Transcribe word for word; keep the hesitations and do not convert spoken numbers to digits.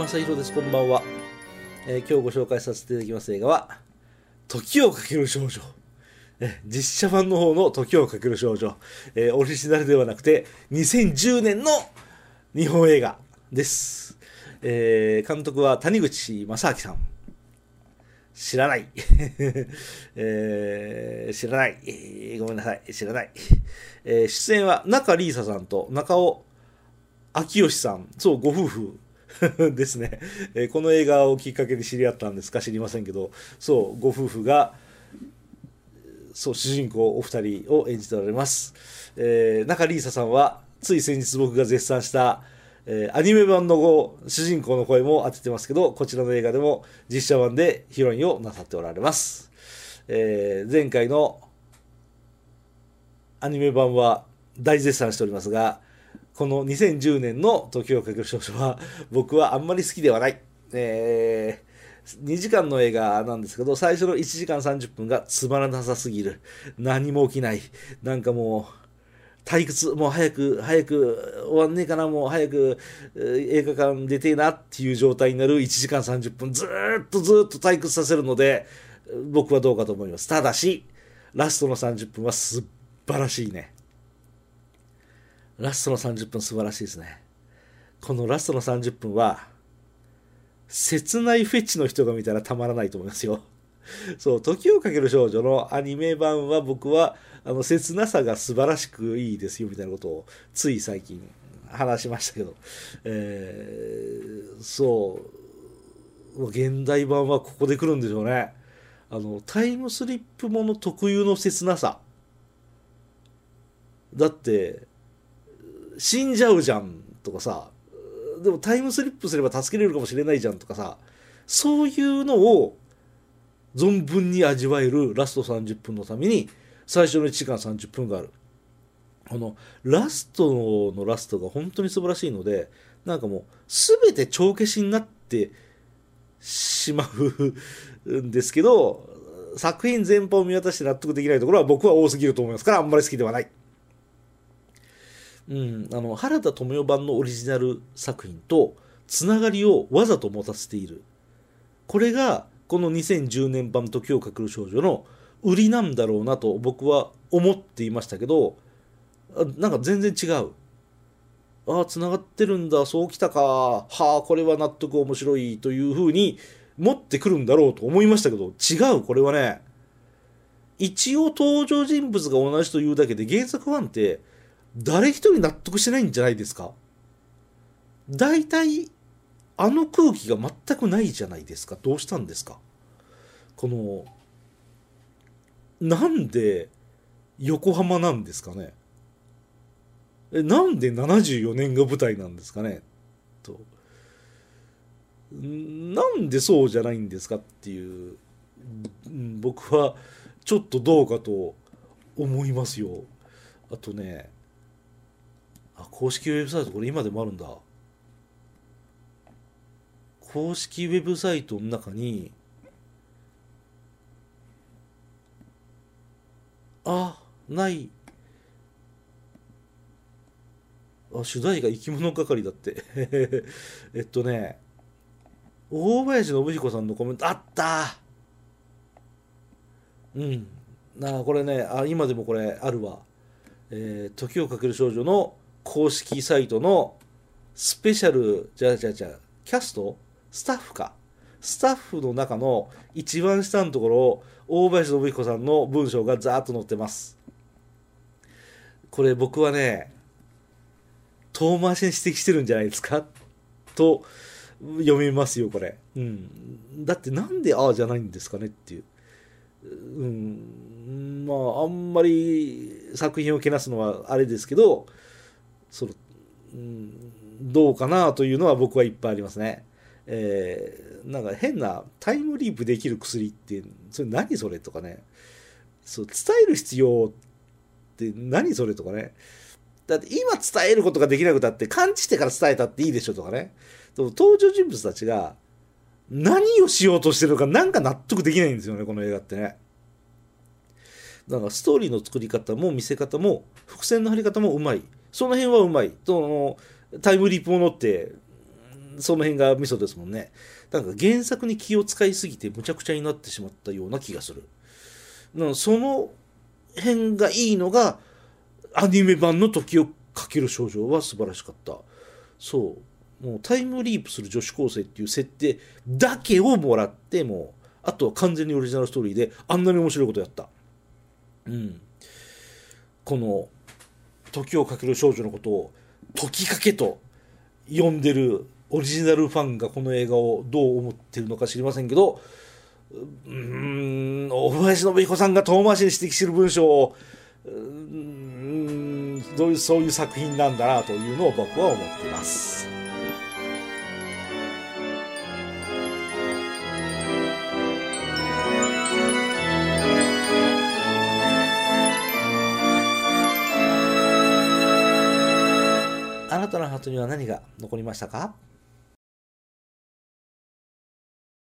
正弘です。こんばんは、えー、今日ご紹介させていただきます映画は時をかける少女、えー、実写版の方の時をかける少女、えー、オリジナルではなくてにせんじゅうねんの日本映画です、えー、監督は谷口正明さん。知らない、えー、知らない、えー、ごめんなさい、知らない、えー、出演は中里依紗さんと中尾明義さん、そうご夫婦ですね、えー、この映画をきっかけに知り合ったんですか知りませんけど、そうご夫婦がそう主人公お二人を演じておられます、えー、中里依紗さんはつい先日僕が絶賛したえー、アニメ版の主人公の声も当ててますけど、こちらの映画でも実写版でヒロインをなさっておられます、えー、前回のアニメ版は大絶賛しておりますが、このにせんじゅうねんの時をかける少女は僕はあんまり好きではない、えー、にじかんの映画なんですけど、最初のいちじかんさんじゅっぷんがつまらなさすぎる、何も起きない、なんかもう退屈、もう早く早く終わんねえかな、もう早く映画館出てえなっていう状態になるいちじかんさんじゅっぷん、ずーっとずーっと退屈させるので僕はどうかと思います。ただしラストのさんじゅっぷんは素晴らしいね。ラストのさんじゅっぷん素晴らしいですね。このラストのさんじゅっぷんは切ないフェチの人が見たらたまらないと思いますよ。そう、時をかける少女のアニメ版は僕はあの切なさが素晴らしくいいですよみたいなことをつい最近話しましたけど、えー、そう現代版はここで来るんでしょうね。あのタイムスリップもの特有の切なさだって、死んじゃうじゃんとかさ、でもタイムスリップすれば助けれるかもしれないじゃんとかさ、そういうのを存分に味わえるラストさんじゅっぷんのために最初のいちじかんさんじゅっぷんがある。このラストのラストが本当に素晴らしいので、なんかもう全て帳消しになってしまうんですけど、作品全般を見渡して納得できないところは僕は多すぎると思いますからあんまり好きではない。うん、あの原田知世版のオリジナル作品とつながりをわざと持たせている。これがこのにせんじゅうねん版時をかける少女の売りなんだろうなと僕は思っていましたけど、なんか全然違う。ああ、つながってるんだ、そうきたか、はあ、これは納得面白いというふうに持ってくるんだろうと思いましたけど、違う。これはね、一応登場人物が同じというだけで原作ファンって誰一人納得してないんじゃないですか。大体あの空気が全くないじゃないですか。どうしたんですか。このなんで横浜なんですかね。えなんでななじゅうよねんが舞台なんですかねと。なんでそうじゃないんですかっていう、僕はちょっとどうかと思いますよ。あとね、あ、公式ウェブサイトこれ今でもあるんだ。公式ウェブサイトの中に、あ、ない。あ、主題歌生き物係だってえっとね、大林信彦さんのコメントあった。うんなあ、これね、あ、今でもこれあるわ。えー時をかける少女の公式サイトのスペシャル、じゃあじゃあじゃあキャストスタッフか。スタッフの中の一番下のところ、大林信彦さんの文章がザーッと載ってます。これ僕はね、遠回しに指摘してるんじゃないですかと読めますよ、これ。うん。だってなんでああじゃないんですかねっていう。うん。まあ、あんまり作品をけなすのはあれですけど、その、うん、どうかなというのは僕はいっぱいありますね。えー、なんか変なタイムリープできる薬って、それ何それとかね。そう、伝える必要って何それとかね。だって今伝えることができなくたって感じてから伝えたっていいでしょとかね。登場人物たちが何をしようとしてるのかなんか納得できないんですよね、この映画ってね。だからストーリーの作り方も見せ方も伏線の張り方もうまい。その辺はうまい。そのタイムリープものってその辺がミソですもんね。なんか原作に気を使いすぎてむちゃくちゃになってしまったような気がする。なその辺がいいのがアニメ版の時をかける少女は素晴らしかった。そう。もうタイムリープする女子高生っていう設定だけをもらって、もう、あとは完全にオリジナルストーリーであんなに面白いことやった。うん。この、時をかける少女のことを、時かけと呼んでるオリジナルファンがこの映画をどう思ってるのか知りませんけど、うーん、大林信彦さんが遠回しに指摘してる文章を、うーん、どういうそういう作品なんだなというのを僕は思っています。あなたのハートには何が残りましたか？